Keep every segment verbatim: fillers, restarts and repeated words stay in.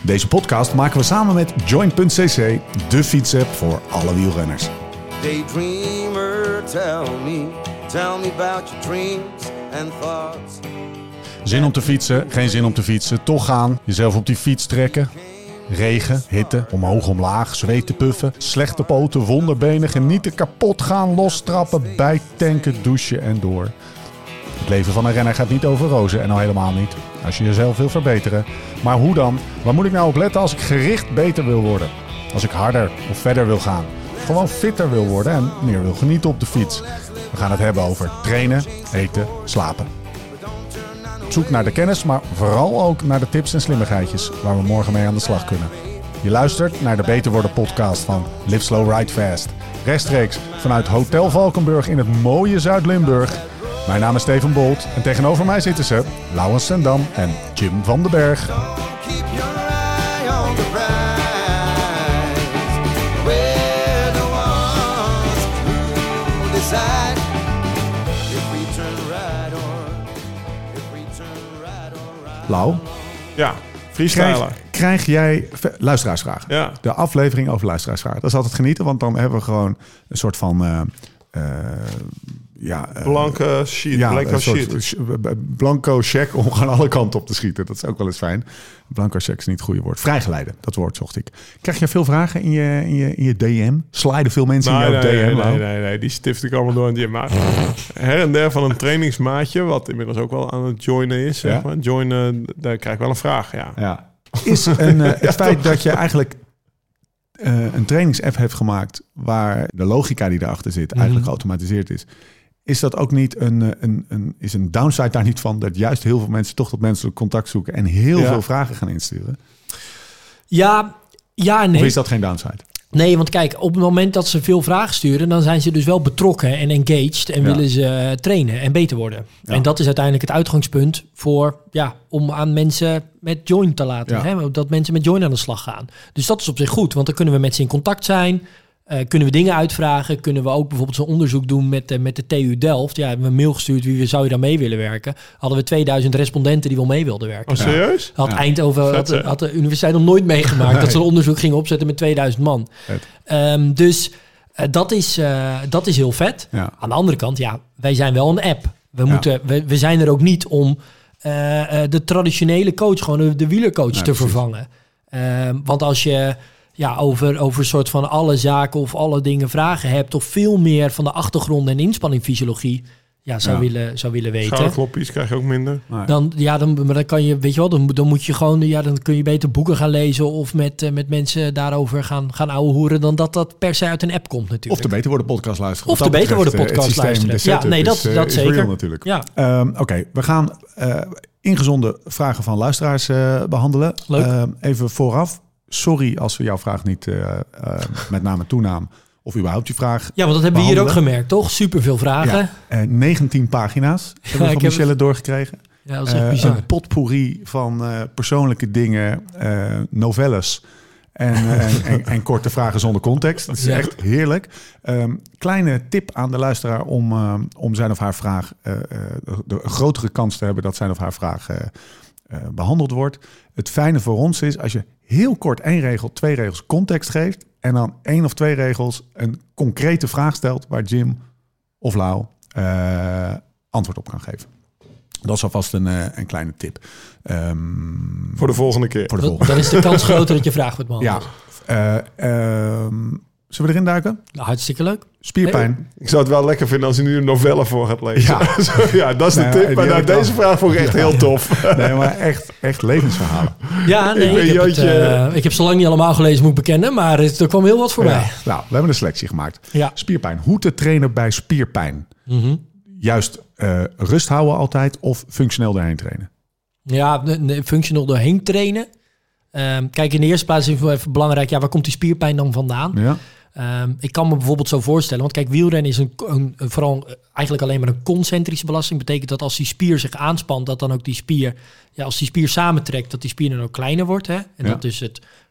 Deze podcast maken we samen met Join punt c c, de fietsapp voor alle wielrenners. Daydreamer, tell me, tell me about your dreams and thoughts. Zin om te fietsen, geen zin om te fietsen, toch gaan, jezelf op die fiets trekken. Regen, hitte, omhoog, omlaag, zweten, puffen, slechte poten, wonderbenen, genieten, kapot gaan, lostrappen, bijtanken, douchen en door. Het leven van een renner gaat niet over rozen en al helemaal niet als je jezelf wil verbeteren. Maar hoe dan? Waar moet ik nou op letten als ik gericht beter wil worden? Als ik harder of verder wil gaan? Gewoon fitter wil worden en meer wil genieten op de fiets. We gaan het hebben over trainen, eten, slapen. Zoek naar de kennis, maar vooral ook naar de tips en slimmigheidjes waar we morgen mee aan de slag kunnen. Je luistert naar de Beter Worden podcast van Live Slow Ride Fast. Rechtstreeks vanuit Hotel Valkenburg in het mooie Zuid-Limburg. Mijn naam is Steven Bolt en tegenover mij zitten ze Laurens Sendam en Jim van den Berg. Lau? Ja, freestyler. Krijg, krijg jij luisteraarsvragen? Ja. De aflevering over luisteraarsvragen. Dat is altijd genieten, want dan hebben we gewoon een soort van... Uh, uh, ja, uh, blanke sheet, ja, blanco sheet. Sh- blanco check om gewoon alle kanten op te schieten. Dat is ook wel eens fijn. Blanco check is niet het goede woord. Vrijgeleide, dat woord zocht ik. Krijg je veel vragen in je, in je, in je D M? Sliden veel mensen nee, in jouw nee, D M? Nee, nee, nee, nee, die stift ik allemaal door. Die maar her en der van een trainingsmaatje, wat inmiddels ook wel aan het joinen is. Zeg ja? maar. Joinen, daar krijg ik wel een vraag, ja. ja. Is een, uh, het feit dat je eigenlijk uh, een trainingsapp heeft gemaakt waar de logica die erachter zit eigenlijk mm-hmm. geautomatiseerd is... Is dat ook niet een, een, een, is een downside daar niet van... dat juist heel veel mensen toch tot menselijk contact zoeken... en heel ja. veel vragen gaan insturen? Ja, ja en nee. Of is dat geen downside? Nee, want kijk, op het moment dat ze veel vragen sturen... dan zijn ze dus wel betrokken en engaged... en ja. willen ze trainen en beter worden. Ja. En dat is uiteindelijk het uitgangspunt voor... ja, om aan mensen met Join te laten. Ja. Hè? Dat mensen met Join aan de slag gaan. Dus dat is op zich goed, want dan kunnen we met ze in contact zijn... Uh, kunnen we dingen uitvragen? Kunnen we ook bijvoorbeeld zo'n onderzoek doen met, uh, met de T U Delft? Ja, we hebben een mail gestuurd, wie zou je daar mee willen werken? Hadden we tweeduizend respondenten die wel mee wilden werken. Oh, serieus? Had ja. Eindhoven, had, had de universiteit nog nooit meegemaakt... nee. dat ze een onderzoek gingen opzetten met tweeduizend man. Um, dus uh, dat, is, uh, dat is heel vet. Ja. Aan de andere kant, ja, wij zijn wel een app. We, ja. moeten, we, we zijn er ook niet om uh, uh, de traditionele coach... gewoon de, de wielercoach nee, te precies. vervangen. Uh, want als je... Ja, over, over een soort van alle zaken of alle dingen vragen hebt... of veel meer van de achtergrond en inspanningfysiologie... Ja, zou, ja. Willen, zou willen weten. Schouderkloppies krijg je ook minder. Nee. Dan, ja, dan, maar dan kan je, weet je wel, dan, dan moet je gewoon... Ja, dan kun je beter boeken gaan lezen... of met, uh, met mensen daarover gaan, gaan ouwehoeren... dan dat dat per se uit een app komt natuurlijk. Of de Beter Worden podcast luisteren. Of de Beter Worden podcast luisteren. Ja, nee, dat, is, dat is zeker. Real, natuurlijk. Ja. Um, Oké, okay, we gaan uh, ingezonde vragen van luisteraars uh, behandelen. Leuk. Uh, even vooraf. Sorry als we jouw vraag niet uh, uh, met naam en toenaam of überhaupt die vraag Ja, want dat hebben we hier ook gemerkt, toch? Superveel vragen. Ja, uh, negentien pagina's hebben we van Michelle het... doorgekregen. Ja, dat is echt bizar. Uh, een potpourri van uh, persoonlijke dingen, uh, novelles en, uh, en, en, en korte vragen zonder context. Dat is ja. echt heerlijk. Um, kleine tip aan de luisteraar om, uh, om zijn of haar vraag... Uh, uh, de, een grotere kans te hebben dat zijn of haar vraag... Uh, Uh, behandeld wordt. Het fijne voor ons is als je heel kort één regel, twee regels context geeft en dan één of twee regels een concrete vraag stelt waar Jim of Lau uh, antwoord op kan geven. Dat is alvast een, uh, een kleine tip. Um, voor de volgende keer. Voor de volgende. Dan is de kans groter dat je vraag wordt beantwoord. Ja. Uh, um, Zullen we erin duiken? Nou, hartstikke leuk. Spierpijn. Nee, ik zou het wel lekker vinden als hij nu een novelle voor gaat lezen. Ja, ja dat is de nee, tip. Maar nou, deze vraag vond ik echt ja, heel tof. Nee, maar echt, echt levensverhalen. Ja, nee, ik, ik, heb, het, uh, ik heb ze lang niet allemaal gelezen, moet ik bekennen. Maar het, er kwam heel wat voorbij. Ja, nou, we hebben een selectie gemaakt. Ja. Spierpijn. Hoe te trainen bij spierpijn? Mm-hmm. Juist uh, rust houden altijd of functioneel doorheen trainen? Ja, functioneel doorheen trainen. Um, kijk, in de eerste plaats is het even belangrijk... Ja, waar komt die spierpijn dan vandaan? Ja. Um, ik kan me bijvoorbeeld zo voorstellen... want kijk, wielrennen is een, een, een, vooral eigenlijk alleen maar een concentrische belasting. Betekent dat als die spier zich aanspant... dat dan ook die spier, ja, als die spier samentrekt... dat die spier dan ook kleiner wordt. Hè? En ja. dat is het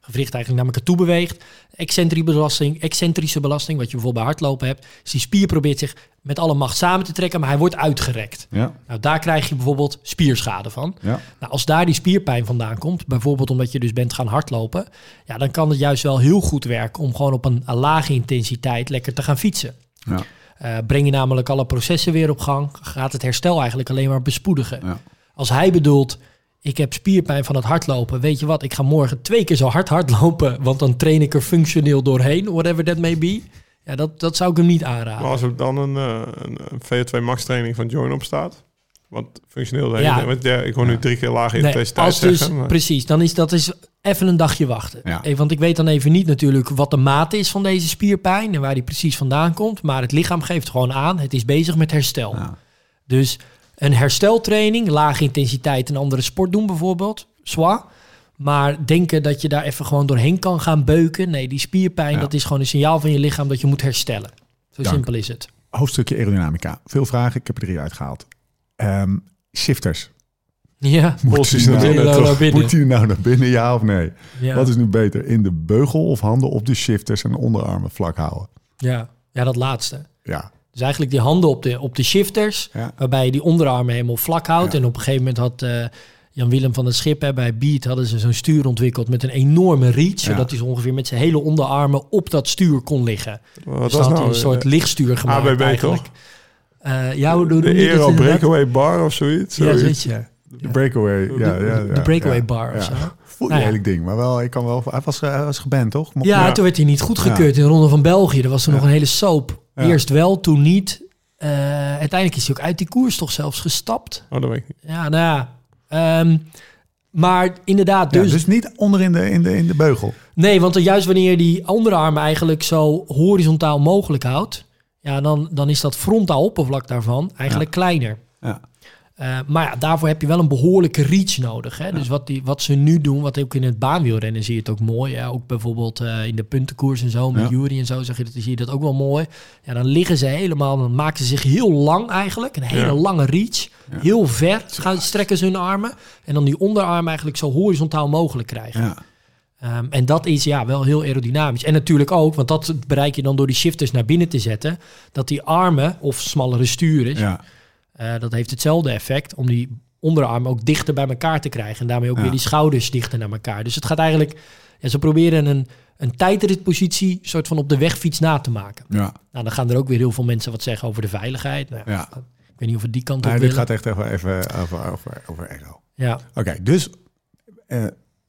gewricht eigenlijk naar elkaar toe beweegt. Excentrische belasting, excentrische belasting, wat je bijvoorbeeld bij hardlopen hebt. Dus die spier probeert zich met alle macht samen te trekken, maar hij wordt uitgerekt. Ja. Nou, daar krijg je bijvoorbeeld spierschade van. Ja. Nou, als daar die spierpijn vandaan komt, bijvoorbeeld omdat je dus bent gaan hardlopen, ja, dan kan het juist wel heel goed werken om gewoon op een, een lage intensiteit lekker te gaan fietsen. Ja. Uh, breng je namelijk alle processen weer op gang, gaat het herstel eigenlijk alleen maar bespoedigen. Ja. Als hij bedoelt, ik heb spierpijn van het hardlopen, weet je wat, ik ga morgen twee keer zo hard hardlopen, want dan train ik er functioneel doorheen, whatever that may be. Ja, dat, dat zou ik hem niet aanraden. Maar als er dan een, uh, een V O twee max training van Join op staat, wat functioneel de ja. want ja, ik hoor nu ja. drie keer lage nee, intensiteit als dus, zeggen. Maar... Precies, dan is dat is even een dagje wachten. Ja. Even, want ik weet dan even niet natuurlijk wat de mate is van deze spierpijn en waar die precies vandaan komt, maar het lichaam geeft gewoon aan, het is bezig met herstel. Ja. Dus een hersteltraining, lage intensiteit, een andere sport doen bijvoorbeeld, zwaar. Maar denken dat je daar even gewoon doorheen kan gaan beuken. Nee, die spierpijn, ja. dat is gewoon een signaal van je lichaam dat je moet herstellen. Zo Dank. simpel is het. Hoofdstukje aerodynamica. Veel vragen, ik heb er drie uitgehaald. Um, shifters. Ja, moet hij nou, nou naar binnen? Moet hij nou naar binnen, ja of nee? Ja. Wat is nu beter? In de beugel of handen op de shifters en onderarmen vlak houden? Ja, ja dat laatste. Ja. Dus eigenlijk die handen op de, op de shifters, ja. waarbij je die onderarmen helemaal vlak houdt. Ja. En op een gegeven moment had uh, Jan-Willem van het Schip, hè, bij Beat hadden ze zo'n stuur ontwikkeld met een enorme reach, ja. zodat hij zo ongeveer met zijn hele onderarmen op dat stuur kon liggen. Wat dus was had nou? een soort lichtstuur gemaakt. A B B eigenlijk. toch? Uh, ja, hoe doe de je Aero Breakaway Bar of zoiets? Ja, zoiets, ja. De breakaway, ja, ja, ja. De breakaway ja, bar ja. of zo. Voel je nou, ja. ding, maar wel, ik kan wel. Hij was, hij was geband, toch? Mocht ja, ja, toen werd hij niet goedgekeurd ja. in de Ronde van België. Er was er ja. nog een hele soap. Ja. Eerst wel, toen niet. Uh, uiteindelijk is hij ook uit die koers toch zelfs gestapt. Oh, dat weet ik niet. Ja, nou ja. Um, maar inderdaad, dus... Ja, dus niet onder in de, in, de, in de beugel? Nee, want juist wanneer je die onderarmen eigenlijk zo horizontaal mogelijk houdt, ja, dan, dan is dat frontaal oppervlak daarvan eigenlijk ja. kleiner. Ja. Uh, maar ja, daarvoor heb je wel een behoorlijke reach nodig. Hè? Ja. Dus wat, die, wat ze nu doen, wat ook in het baanwielrennen zie je het ook mooi. Ja? Ook bijvoorbeeld uh, in de puntenkoers en zo, met ja. Jury en zo, zeg je dat, zie je dat ook wel mooi. Ja, dan liggen ze helemaal, dan maken ze zich heel lang eigenlijk. Een hele ja. lange reach. Ja. Heel ver gaan, strekken ze hun armen. En dan die onderarm eigenlijk zo horizontaal mogelijk krijgen. Ja. Um, en dat is ja wel heel aerodynamisch. En natuurlijk ook, want dat bereik je dan door die shifters naar binnen te zetten, dat die armen of smallere sturen... Ja. Uh, dat heeft hetzelfde effect om die onderarmen ook dichter bij elkaar te krijgen. En daarmee ook ja. weer die schouders dichter naar elkaar. Dus het gaat eigenlijk... Ja, ze proberen een, een tijdritpositie soort van op de wegfiets na te maken. Ja. Nou, dan gaan er ook weer heel veel mensen wat zeggen over de veiligheid. Nou, ja. Ik weet niet of we die kant op nee, willen. Dit gaat echt even, even over, over, over ego. Ja. Oké, okay, dus... Uh,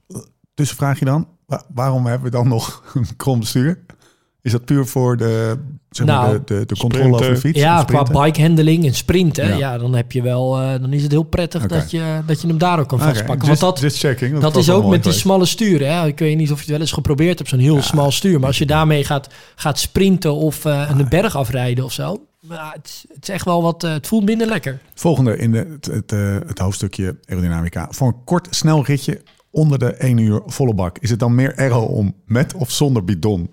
dus vraag je dan... Waar, waarom hebben we dan nog een krom stuur? Is dat puur voor de, zeg maar nou, de, de, de controle over de fiets? Ja, qua bikehandling en sprinten. Ja. ja, dan heb je wel, uh, dan is het heel prettig okay. dat, je, dat je hem daar ook kan okay. vastpakken. Just, Want dat, just checking, dat, dat is ook met die geweest. smalle sturen. Hè? Ik weet niet of je het wel eens geprobeerd hebt, zo'n heel ja. smal stuur. Maar als je daarmee gaat, gaat sprinten of uh, een ah, berg afrijden of zo. Maar het, het is echt wel wat, uh, het voelt minder lekker. Volgende in de, het, het, uh, het hoofdstukje aerodynamica. Voor een kort, snel ritje onder de één uur volle bak. Is het dan meer aero om met of zonder bidon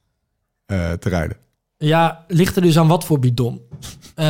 Uh, te rijden? Ja, ligt er dus aan wat voor bidon. Uh,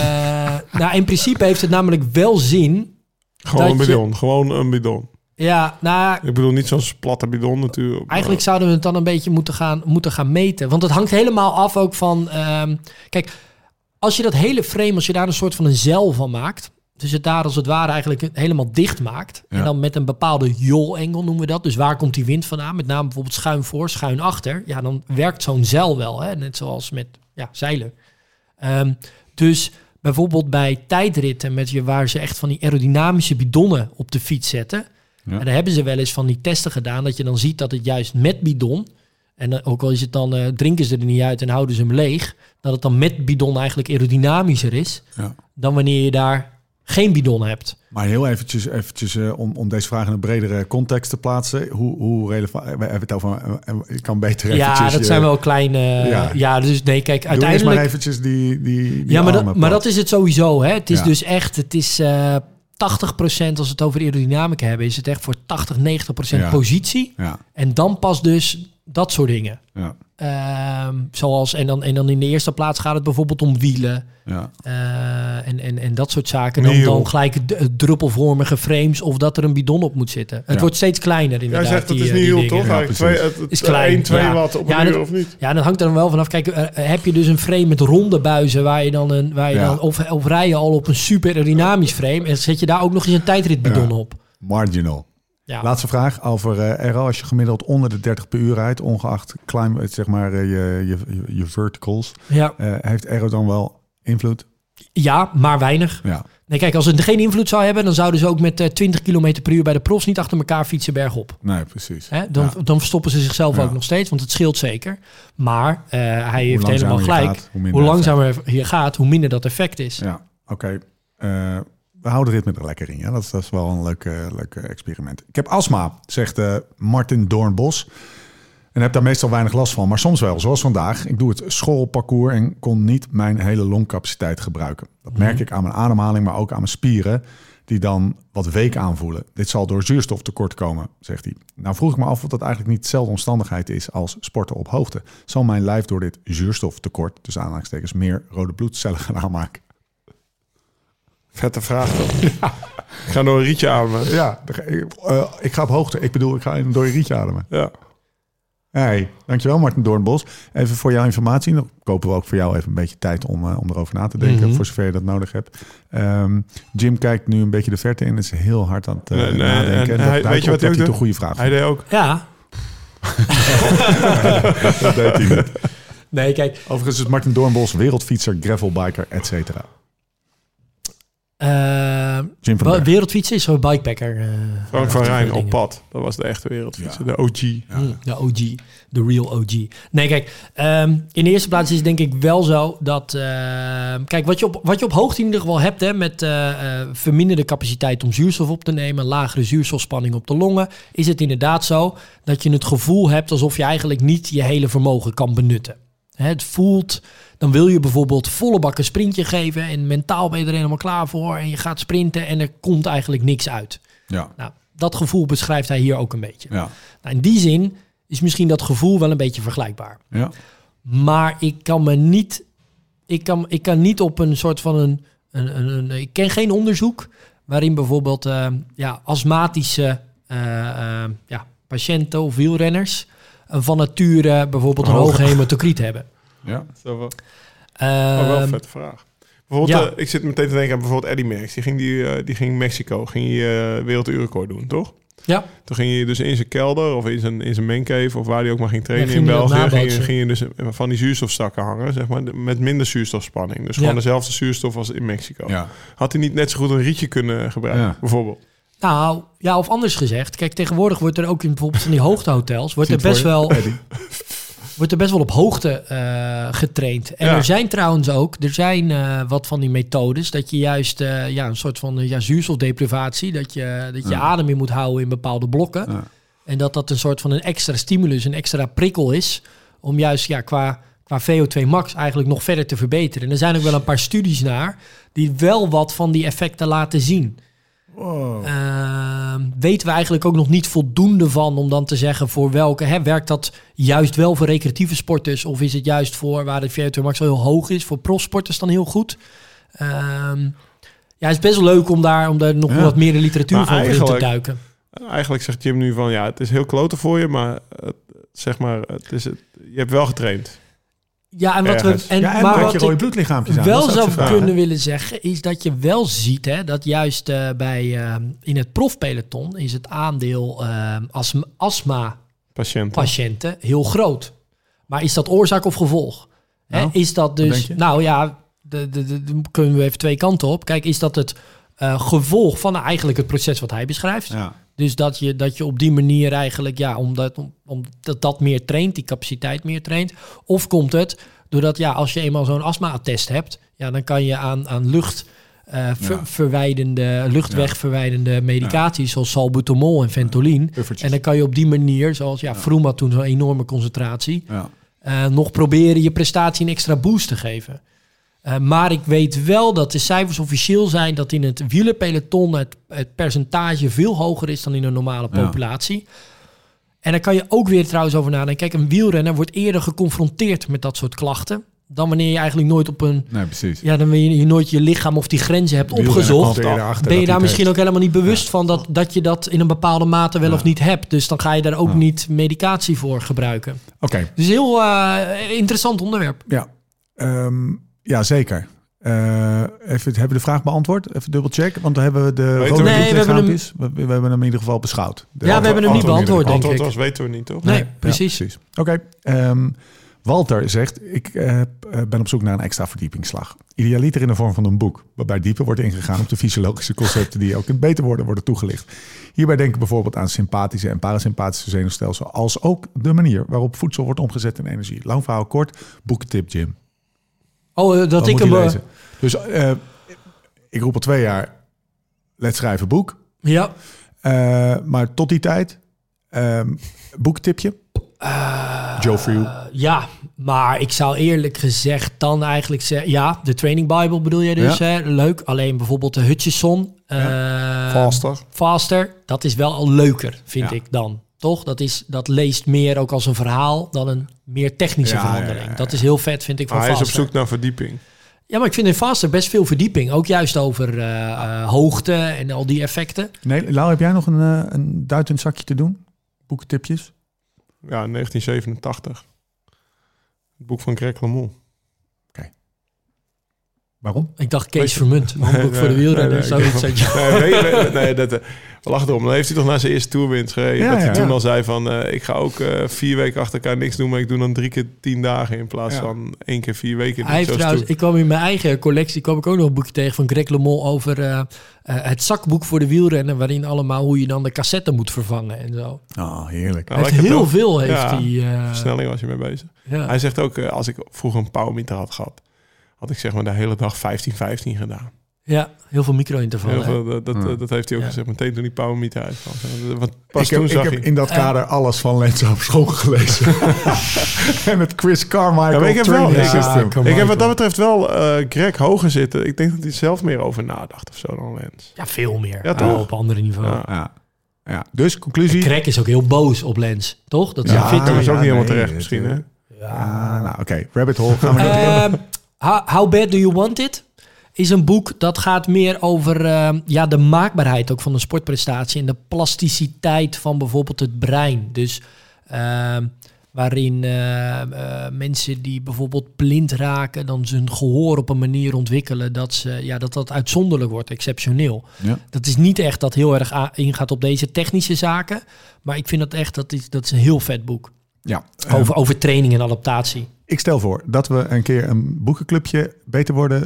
nou, in principe heeft het namelijk wel zin. Gewoon een bidon, je... gewoon een bidon. Ja, nou... Ik bedoel niet zo'n platte bidon natuurlijk. Eigenlijk maar... zouden we het dan een beetje moeten gaan, moeten gaan meten. Want het hangt helemaal af ook van... Um, kijk, als je dat hele frame, als je daar een soort van een zeil van maakt... Dus het daar als het ware eigenlijk helemaal dicht maakt. Ja. En dan met een bepaalde yaw-angle noemen we dat. Dus waar komt die wind vandaan? Met name bijvoorbeeld schuin voor, schuin achter. Ja, dan werkt zo'n zeil wel. Hè? Net zoals met ja, zeilen. Um, dus bijvoorbeeld bij tijdritten met je, waar ze echt van die aerodynamische bidonnen op de fiets zetten. Ja. En daar hebben ze wel eens van die testen gedaan. Dat je dan ziet dat het juist met bidon... En ook al is het dan, uh, drinken ze er niet uit en houden ze hem leeg. Dat het dan met bidon eigenlijk aerodynamischer is. Ja. Dan wanneer je daar... geen bidon hebt. Maar heel eventjes, eventjes uh, om, om deze vraag in een bredere context te plaatsen. Hoe, hoe relevant... We hebben het over... Ik kan beter eventjes... Ja, dat zijn wel kleine... Ja, ja dus nee, kijk, Doe uiteindelijk... Doe maar eventjes die, die, die Ja, maar dat, maar dat is het sowieso, hè. Het is ja. dus echt... Het is uh, tachtig procent, als we het over aerodynamica hebben... is het echt voor tachtig, negentig procent ja. positie. Ja. En dan pas dus Dat soort dingen. Ja. Um, zoals, en dan, en dan in de eerste plaats gaat het bijvoorbeeld om wielen. Ja. Uh, en, en, en dat soort zaken. Dan, dan gelijk d- druppelvormige frames of dat er een bidon op moet zitten. Het ja. wordt steeds kleiner inderdaad. Jij zegt dat die, is niet heel toch? Ja, twee, het, het, is klein. één, twee ja. watt op een ja, uur dat, of niet? Ja, dat hangt er dan wel vanaf. Kijk, uh, heb je dus een frame met ronde buizen waar je dan een... Waar je ja. dan, of, of rij je al op een super aerodynamisch frame en zet je daar ook nog eens een tijdritbidon ja. op. Marginal. Ja. Laatste vraag over uh, aero. Als je gemiddeld onder de dertig per uur rijdt, ongeacht climb, zeg maar, uh, je, je, je verticals, ja. uh, heeft aero dan wel invloed? Ja, maar weinig. Ja. Nee, kijk, als het geen invloed zou hebben, dan zouden ze ook met uh, twintig kilometer per uur bij de profs niet achter elkaar fietsen bergop. Nee, precies. Hè? Dan, ja. dan verstoppen ze zichzelf ja. ook nog steeds, want het scheelt zeker. Maar uh, hij heeft helemaal gelijk. Gaat, hoe, hoe langzamer je gaat, hoe minder dat effect is. Ja, oké. Okay. Uh, we houden ritme er lekker in. Ja? Dat, dat is wel een leuk, uh, leuk experiment. Ik heb astma, zegt uh, Martin Doornbos. En heb daar meestal weinig last van, maar soms wel. Zoals vandaag. Ik doe het schoolparcours en kon niet mijn hele longcapaciteit gebruiken. Dat merk ik aan mijn ademhaling, maar ook aan mijn spieren, die dan wat week aanvoelen. Dit zal door zuurstoftekort komen, zegt hij. Nou vroeg ik me af of dat eigenlijk niet dezelfde omstandigheid is als sporten op hoogte. Zal mijn lijf door dit zuurstoftekort, tussen aanhalingstekens, meer rode bloedcellen gaan aanmaken? Vette vraag toch? Ja. Ik ga door een rietje ademen. Ja, uh, ik ga op hoogte. Ik bedoel, ik ga door een rietje ademen. Ja. Hey, dankjewel Martin Doornbos. Even voor jouw informatie. Dan kopen we ook voor jou even een beetje tijd om, uh, om erover na te denken. Mm-hmm. Voor zover je dat nodig hebt. Um, Jim kijkt nu een beetje de verte in. Is heel hard aan het uh, nee, nee, nadenken. En hij, weet je wat hij ook doet? Een goede vraag. Hij deed ook. Ja. Dat deed hij niet. Nee, kijk. Overigens is Martin Doornbos wereldfietser, gravelbiker, et cetera. Uh, wereldfietsen is zo'n bikepacker. Uh, Frank van Rijn op pad. Dat was de echte wereldfietser. Ja. De O G. Ja. Mm, de O G. De real O G. Nee, kijk. Um, in de eerste plaats is het denk ik wel zo dat... Uh, kijk, wat je, op, wat je op hoogte in ieder geval hebt... Hè, met uh, uh, verminderde capaciteit om zuurstof op te nemen... lagere zuurstofspanning op de longen... is het inderdaad zo dat je het gevoel hebt... alsof je eigenlijk niet je hele vermogen kan benutten. Hè, het voelt... Dan wil je bijvoorbeeld volle bak een sprintje geven... en mentaal ben je er helemaal klaar voor... en je gaat sprinten en er komt eigenlijk niks uit. Ja. Nou, dat gevoel beschrijft hij hier ook een beetje. Ja. Nou, in die zin is misschien dat gevoel wel een beetje vergelijkbaar. Ja. Maar ik kan me niet... Ik kan, ik kan niet op een soort van een... een, een, een ik ken geen onderzoek... waarin bijvoorbeeld uh, ja, astmatische uh, uh, ja, patiënten of wielrenners... Uh, van nature bijvoorbeeld een hoge hematocriet hebben. Ja, zo wel. Uh, oh, wel een vette vraag. Bijvoorbeeld, ja. uh, ik zit meteen te denken aan bijvoorbeeld Eddy Merckx. Die ging, die, uh, die ging Mexico, ging hij uh, werelduurrecord doen, toch? Ja. Toen ging je dus in zijn kelder of in zijn, in zijn mancave of waar hij ook maar ging trainen ja, in België, ging je, ging je dus van die zuurstofzakken hangen, zeg maar, met minder zuurstofspanning. Dus ja. gewoon dezelfde zuurstof als in Mexico. Ja. Had hij niet net zo goed een rietje kunnen gebruiken, ja. bijvoorbeeld? Nou, ja, of anders gezegd. Kijk, tegenwoordig wordt er ook in bijvoorbeeld van die hoogtehotels... wordt er best wel... wordt er best wel op hoogte uh, getraind. En ja. er zijn trouwens ook... er zijn uh, wat van die methodes... dat je juist uh, ja, een soort van uh, ja, zuurstofdeprivatie... dat je, dat je ja. adem in moet houden in bepaalde blokken. Ja. En dat dat een soort van een extra stimulus... een extra prikkel is... om juist ja, qua, qua V O twee max eigenlijk nog verder te verbeteren. En er zijn ook wel een paar studies naar... die wel wat van die effecten laten zien... Wow. Uh, weten we eigenlijk ook nog niet voldoende van om dan te zeggen voor welke, hè, werkt dat juist wel voor recreatieve sporters of is het juist voor waar de V O twee max heel hoog is, voor profsporters dan heel goed. Uh, ja, het is best wel leuk om daar, om daar nog ja. wat meer de literatuur maar van in te duiken. Eigenlijk zegt Jim nu van ja, het is heel kloten voor je, maar het, zeg maar, het is het, je hebt wel getraind. Ja, en wat we en, ja, en maar wat je rode bloedlichaampjes aan. Wel zou kunnen willen zeggen, is dat je wel ziet hè, dat juist uh, bij uh, in het profpeloton is het aandeel uh, astma, astma patiënten. patiënten heel groot. Maar is dat oorzaak of gevolg? Nou, hè, is dat dus? Nou ja, de, de, de, de, kunnen we even twee kanten op. Kijk, is dat het uh, gevolg van uh, eigenlijk het proces wat hij beschrijft? Ja. Dus dat je, dat je op die manier eigenlijk, ja, omdat, om, omdat dat meer traint, die capaciteit meer traint. Of komt het doordat, ja, als je eenmaal zo'n astma-attest hebt, ja, dan kan je aan, aan lucht, uh, ver, ja. verwijdende, luchtwegverwijdende medicaties, ja. zoals salbutamol en Ventolin. Ja. En dan kan je op die manier, zoals ja, ja. Froome had toen zo'n enorme concentratie, ja. uh, nog proberen je prestatie een extra boost te geven. Uh, maar ik weet wel dat de cijfers officieel zijn dat in het wielerpeloton het, het percentage veel hoger is dan in een normale populatie. Ja. En daar kan je ook weer trouwens over nadenken. Kijk, een wielrenner wordt eerder geconfronteerd met dat soort klachten dan wanneer je eigenlijk nooit op een... Nee, precies. Ja, dan wanneer je nooit je lichaam of die grenzen hebt opgezocht. Ben je daar misschien ook helemaal niet bewust ja. van dat, dat je dat in een bepaalde mate wel ja. of niet hebt. Dus dan ga je daar ook ja. niet medicatie voor gebruiken. Oké. Okay. Dus een heel uh, interessant onderwerp. Ja, um, ja zeker. Uh, even, hebben we de vraag beantwoord? Even dubbelcheck, want dan hebben we de rode nee, we hebben, hem... we, we hebben hem in ieder geval beschouwd. De ja, we hebben hem niet beantwoord, denk antwoord ik. was weten we niet, toch? Nee, nee precies. Ja, precies. Oké, okay, um, Walter zegt, ik uh, ben op zoek naar een extra verdiepingsslag. Idealiter in de vorm van een boek, waarbij dieper wordt ingegaan op de fysiologische concepten die ook in het beter worden worden toegelicht. Hierbij denk ik bijvoorbeeld aan sympathische en parasympathische zenuwstelsel, als ook de manier waarop voedsel wordt omgezet in energie. Lang verhaal kort, boekentip Jim. Oh, uh, dat Wat ik hem... lezen. Dus uh, ik roep al twee jaar, let's schrijven boek. Ja. Uh, maar tot die tijd, um, boekentipje. Uh, Joe for you. Uh, ja, maar ik zou eerlijk gezegd dan eigenlijk zeggen... Ja, de Training Bible bedoel je dus. Ja. Hè? Leuk. Alleen bijvoorbeeld de Hutchison. Ja. Uh, Faster. Faster. Dat is wel al leuker, vind ja. ik dan. Toch? Dat, is, dat leest meer ook als een verhaal dan een meer technische ja, verhandeling. Ja, ja, ja. Dat is heel vet, vind ik, van ah, Hij Faster. is op zoek naar verdieping. Ja, maar ik vind in Faster best veel verdieping. Ook juist over uh, uh, hoogte en al die effecten. Nee, Lau, heb jij nog een, uh, een duitend zakje te doen? Boekentipjes? Ja, negentien zevenentachtig. Het boek van Greg LeMond. Oké. Okay. Waarom? Ik dacht Kees Vermunt. Een boek voor de wielrenner. Nee, nee, nee, nee, nee, dat... We lachen erom. Dan heeft hij toch na zijn eerste toerwinst gereden. Ja, dat hij ja, toen ja. al zei van... Uh, ik ga ook uh, vier weken achter elkaar niks doen... maar ik doe dan drie keer tien dagen... in plaats ja. van één keer vier weken. Hij heeft trouwens, ik kwam in mijn eigen collectie... kwam ik ook nog een boekje tegen van Greg LeMond... over uh, uh, het zakboek voor de wielrennen... waarin allemaal hoe je dan de cassette moet vervangen en zo. Oh, heerlijk. Nou, hij heeft heel veel heeft ja, hij... Uh, versnelling was je mee bezig. Ja. Hij zegt ook... Uh, als ik vroeger een powermeter had gehad... had ik zeg maar de hele dag vijftien vijftien gedaan. Ja, heel veel micro-intervallen. Heel veel, dat, ja. dat heeft hij ook ja. gezegd. Meteen toen die powermeter uitkwam. Want pas ik toen heb, zag ik heb je... in dat kader uh, alles van Lance Armstrong gelezen. En het Chris Carmichael ja, ik heb wel, training ja, system. Ik heb wat dat betreft wel uh, Greg hoger zitten. Ik denk dat hij zelf meer over nadacht of zo dan Lance. Ja, veel meer. Ja, toch? Op andere niveau. Ja. Ja. Ja. Dus, conclusie... En Greg is ook heel boos op Lance, toch? Dat is ja, fit. Dat is ook ja, niet helemaal nee, terecht misschien, hè? Ja, ja nou, oké. Okay. Rabbit Hole. Gaan we uh, how, how Bad Do You Want It? Is een boek dat gaat meer over uh, ja, de maakbaarheid ook van een sportprestatie... en de plasticiteit van bijvoorbeeld het brein. Dus uh, waarin uh, uh, mensen die bijvoorbeeld blind raken... dan hun gehoor op een manier ontwikkelen... dat ze, ja, dat, dat uitzonderlijk wordt, exceptioneel. Ja. Dat is niet echt dat heel erg a- ingaat op deze technische zaken... maar ik vind dat echt, dat is, dat is een heel vet boek. Ja, over, um, over training en adaptatie. Ik stel voor dat we een keer een boekenclubje beter worden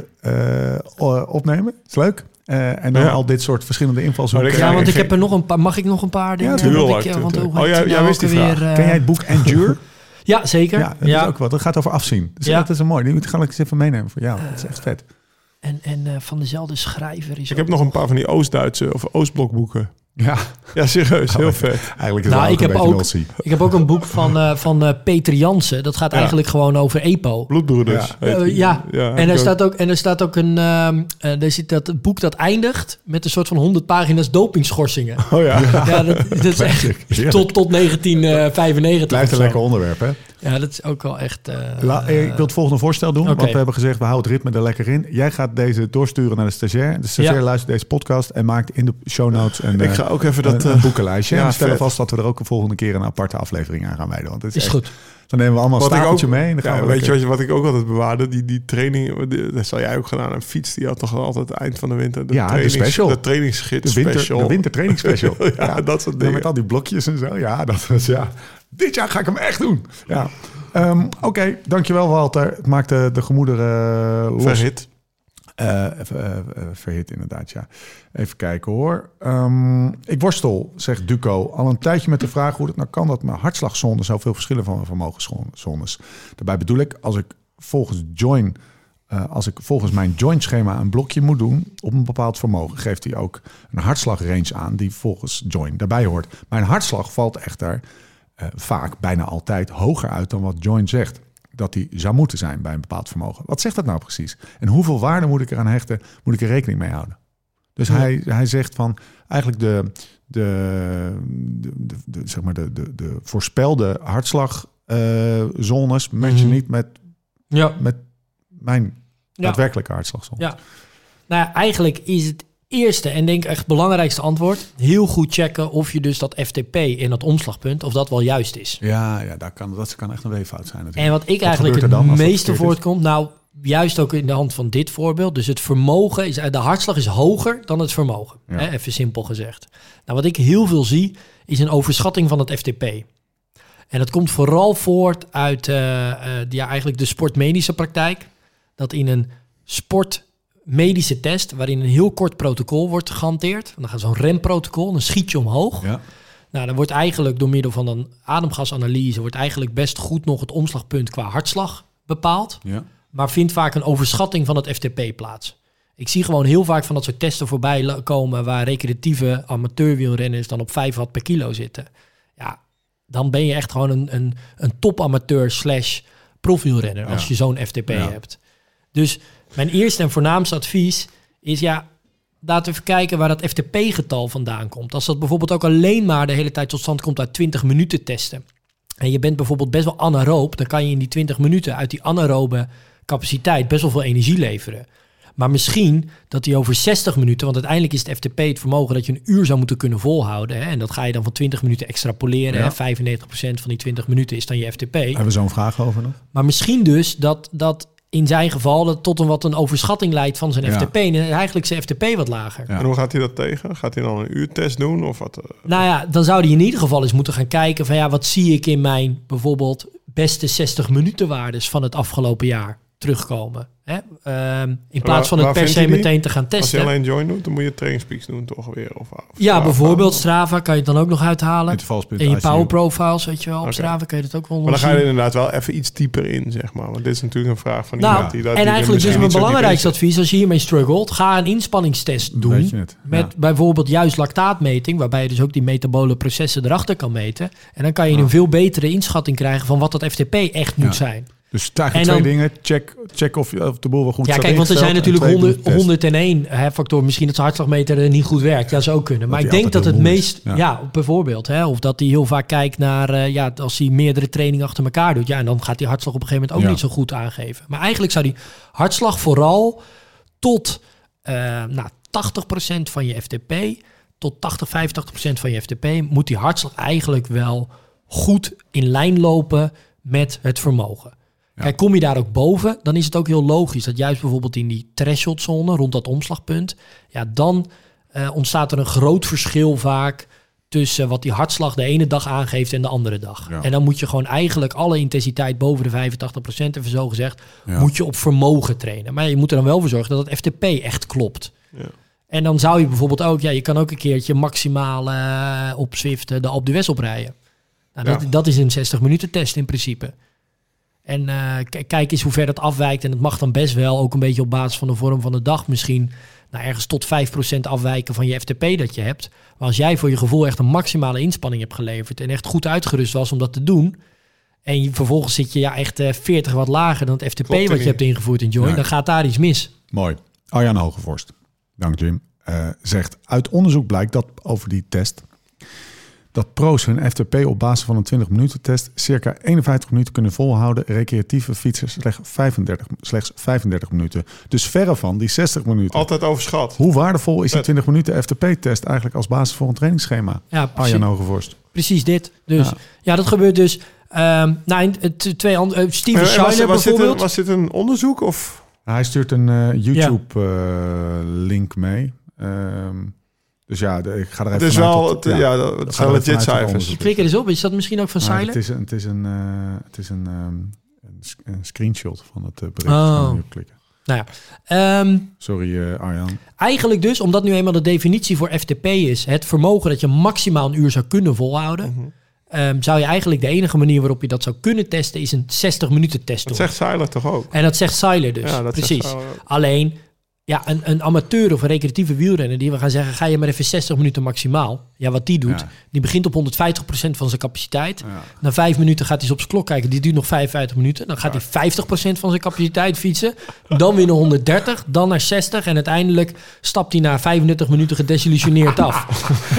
uh, opnemen. Is leuk. Uh, en dan ja. al dit soort verschillende invalshoeken. Ja, want ik heb er nog een paar. Mag ik nog een paar dingen? Ja, tuurlijk. Ik, want oh, ja, jij wist die vraag. Weer, uh... Ken jij het boek Endure? Ja, zeker. Ja, dat ja. is ook wat. Dat gaat over afzien. Dus ja. dat is een mooi. Die moet ik gewoon eens even meenemen voor jou. Dat is echt vet. En, en uh, van dezelfde schrijver is. Ik heb nog een paar van die Oost-Duitse of Oostblokboeken. Ja, ja, serieus, heel oh, vet. Eigenlijk is nou, het ik heb een ook, nulsie. Ik heb ook een boek van, uh, van uh, Peter Jansen. Dat gaat ja. eigenlijk gewoon over E P O. Bloedbroeders. Ja, uh, ja. ja en, er staat ook, en er staat ook een... Uh, uh, er zit dat boek dat eindigt met een soort van honderd pagina's dopingschorsingen. Oh ja. Ja, dat, dat is echt tot, tot negentien vijfennegentig. Blijft een lekker onderwerp, hè? Ja, dat is ook wel echt... Uh, La, ik wil het volgende voorstel doen. Okay. Want we hebben gezegd, we houden het ritme er lekker in. Jij gaat deze doorsturen naar de stagiair. De stagiair ja. luistert deze podcast en maakt in de show notes een, ik ga ook even dat, een, een boekenlijstje. Ja, en stellen vet. vast dat we er ook de volgende keer een aparte aflevering aan gaan wijden. Want het is, is echt, goed. Dan nemen we allemaal een stapeltje mee. En dan gaan ja, we weet je wat, je wat ik ook altijd bewaarde? Die, die training, die, dat zal jij ook gedaan. Een fiets, die had toch altijd eind van de winter. De ja, trainings, de special. De trainingsgids de winter, special. De wintertraining special. ja, ja, dat soort dingen. Met al die blokjes en zo. Ja, dat was ja. Dit jaar ga ik hem echt doen. Ja. Um, Oké, okay, dankjewel Walter. Het maakt de, de gemoederen uh, los. Verhit. Uh, uh, uh, verhit inderdaad, ja. Even kijken hoor. Um, ik worstel, zegt Duco, al een tijdje met de vraag hoe het nou kan dat mijn hartslagzones zoveel verschillen van mijn vermogenszones. Daarbij bedoel ik, als ik volgens join, uh, als ik volgens mijn joint schema een blokje moet doen op een bepaald vermogen, geeft hij ook een hartslagrange aan die volgens join daarbij hoort. Mijn hartslag valt echter uh, vaak, bijna altijd, hoger uit dan wat join zegt. Dat die zou moeten zijn bij een bepaald vermogen. Wat zegt dat nou precies? En hoeveel waarde moet ik eraan hechten? Moet ik er rekening mee houden? Dus ja. hij, hij zegt van eigenlijk de, de, de, de, de zeg maar de, de, de voorspelde hartslagzones uh, matchen mm-hmm. niet met, ja. met mijn ja. daadwerkelijke hartslagzone. Ja. Nou ja, eigenlijk is het eerste en denk ik echt het belangrijkste antwoord heel goed checken of je dus dat F T P in dat omslagpunt, of dat wel juist is. Ja, ja dat, kan, dat kan echt een weeffout zijn natuurlijk. En wat ik wat eigenlijk het dan, meeste voortkomt, nou juist ook in de hand van dit voorbeeld, dus het vermogen, is, de hartslag is hoger dan het vermogen. Ja. Hè, even simpel gezegd. Nou, wat ik heel veel zie, is een overschatting van het F T P. En dat komt vooral voort uit uh, uh, ja, eigenlijk de sportmedische praktijk. Dat in een sportmedische test, waarin een heel kort protocol wordt gehanteerd. Dan gaat zo'n remprotocol, dan schiet je omhoog. Ja. Nou, dan wordt eigenlijk door middel van een ademgasanalyse, wordt eigenlijk best goed nog het omslagpunt qua hartslag bepaald. Ja. Maar vindt vaak een overschatting van het F T P plaats. Ik zie gewoon heel vaak van dat soort testen voorbij komen waar recreatieve amateurwielrenners dan op vijf watt per kilo zitten. Ja, dan ben je echt gewoon een, een, een topamateur slash profwielrenner als ja. je zo'n F T P ja. hebt. Dus mijn eerste en voornaamste advies is ja, laten we even kijken waar dat F T P-getal vandaan komt. Als dat bijvoorbeeld ook alleen maar de hele tijd tot stand komt uit twintig minuten testen. En je bent bijvoorbeeld best wel anaeroop, dan kan je in die twintig minuten uit die anaerobe capaciteit best wel veel energie leveren. Maar misschien dat die over zestig minuten, want uiteindelijk is het F T P het vermogen dat je een uur zou moeten kunnen volhouden. Hè? En dat ga je dan van twintig minuten extrapoleren. Ja. Hè? vijfennegentig procent van die twintig minuten is dan je F T P. Hebben we zo'n vraag over nog? Maar misschien dus dat, dat in zijn geval dat tot een wat een overschatting leidt van zijn ja. F T P. En eigenlijk zijn F T P wat lager. Ja. En hoe gaat hij dat tegen? Gaat hij dan een uurtest doen? Of wat? Nou ja, dan zou hij in ieder geval eens moeten gaan kijken van ja, wat zie ik in mijn bijvoorbeeld beste zestig minuten waardes van het afgelopen jaar terugkomen. Hè? Um, in plaats van het per se meteen te gaan testen. Als je alleen join doet, dan moet je trainingspeaks doen toch weer? Of, of ja, bijvoorbeeld Strava kan je het dan ook nog uithalen. En je power profiles, weet je wel. Op okay. Strava kan je dat ook wel Maar dan ga je er inderdaad wel even iets dieper in, zeg maar. Want dit is natuurlijk een vraag van nou, iemand die... Dat en die eigenlijk dus mijn belangrijkste advies, als je hiermee struggelt, ga een inspanningstest doen. Weet je het. Met ja. bijvoorbeeld juist lactaatmeting, waarbij je dus ook die metabole processen erachter kan meten. En dan kan je ja. een veel betere inschatting krijgen van wat dat F T P echt moet ja. zijn. Dus eigenlijk twee dingen. Check, check of, of de boel wel goed ja, staat. Ja, kijk, want er zijn natuurlijk honderd, honderdéén hè, factoren. Misschien dat zijn hartslagmeter niet goed werkt. Ja, zou ook kunnen. Maar ik denk dat het meest... Ja. ja, bijvoorbeeld. Hè, of dat hij heel vaak kijkt naar... Uh, ja, als hij meerdere trainingen achter elkaar doet. Ja, en dan gaat die hartslag op een gegeven moment ook ja. niet zo goed aangeven. Maar eigenlijk zou die hartslag vooral tot uh, nou, tachtig procent van je F T P... tot tachtig, vijfentachtig procent van je F T P... moet die hartslag eigenlijk wel goed in lijn lopen met het vermogen. Ja. Kijk, kom je daar ook boven, dan is het ook heel logisch dat juist bijvoorbeeld in die thresholdzone, rond dat omslagpunt, ja, dan uh, ontstaat er een groot verschil vaak tussen wat die hartslag de ene dag aangeeft en de andere dag. Ja. En dan moet je gewoon eigenlijk alle intensiteit boven de vijfentachtig procent, even zo gezegd, ja. moet je op vermogen trainen. Maar je moet er dan wel voor zorgen dat het F T P echt klopt. Ja. En dan zou je bijvoorbeeld ook, ja, je kan ook een keertje maximaal uh, op Zwift de Alpe d'Huez oprijden. Nou, ja. dat, dat is een zestig minuten test in principe. En uh, k- kijk eens hoe ver dat afwijkt. En het mag dan best wel ook een beetje op basis van de vorm van de dag misschien nou, ergens tot vijf procent afwijken van je F T P dat je hebt. Maar als jij voor je gevoel echt een maximale inspanning hebt geleverd en echt goed uitgerust was om dat te doen, en je, vervolgens zit je ja echt uh, veertig wat lager dan het F T P Klopt, wat je hebt ingevoerd in Join, ja. dan gaat daar iets mis. Mooi. Arjan Hogevorst, dank Jim, uh, zegt uit onderzoek blijkt dat over die test dat pro's hun F T P op basis van een twintig minuten test circa eenenvijftig minuten kunnen volhouden. Recreatieve fietsers slechts vijfendertig, slechts vijfendertig minuten. Dus verre van die zestig minuten. Altijd overschat. Hoe waardevol is die twintig minuten F T P-test eigenlijk als basis voor een trainingsschema? Ja, precies. Arjan Hogevorst. Precies dit. Dus ja, ja dat gebeurt dus. Um, nou, twee andere. Uh, Steven uh, Scheiner was, was bijvoorbeeld. Dit een, was dit een onderzoek of? Hij stuurt een uh, YouTube-link ja. uh, mee. Um, Dus ja, de, ik ga er even het is wel, het, ja, ja, dat, dat zijn legit cijfers. Je klik er eens op. Is dat misschien ook van nou, Seiler? Het is een, het is een, uh, het is een, um, een screenshot van het uh, bericht. Oh. Kan je klikken. Nou ja. Um, Sorry uh, Arjan. Eigenlijk dus, omdat nu eenmaal de definitie voor F T P is, het vermogen dat je maximaal een uur zou kunnen volhouden, mm-hmm. um, zou je eigenlijk de enige manier waarop je dat zou kunnen testen, is een zestig minuten test. Dat zegt Seiler toch ook? En dat zegt Seiler dus. Ja, dat precies. Alleen Ja, een, een amateur of een recreatieve wielrenner die we gaan zeggen, ga je maar even zestig minuten maximaal. Ja, wat die doet, ja. die begint op honderdvijftig procent van zijn capaciteit. Ja. Na vijf minuten gaat hij op zijn klok kijken, die duurt nog vijfenvijftig minuten. Dan gaat ja. hij vijftig procent van zijn capaciteit fietsen. Dan weer naar honderddertig, dan naar zestig. En uiteindelijk stapt hij na vijfendertig minuten gedesillusioneerd af.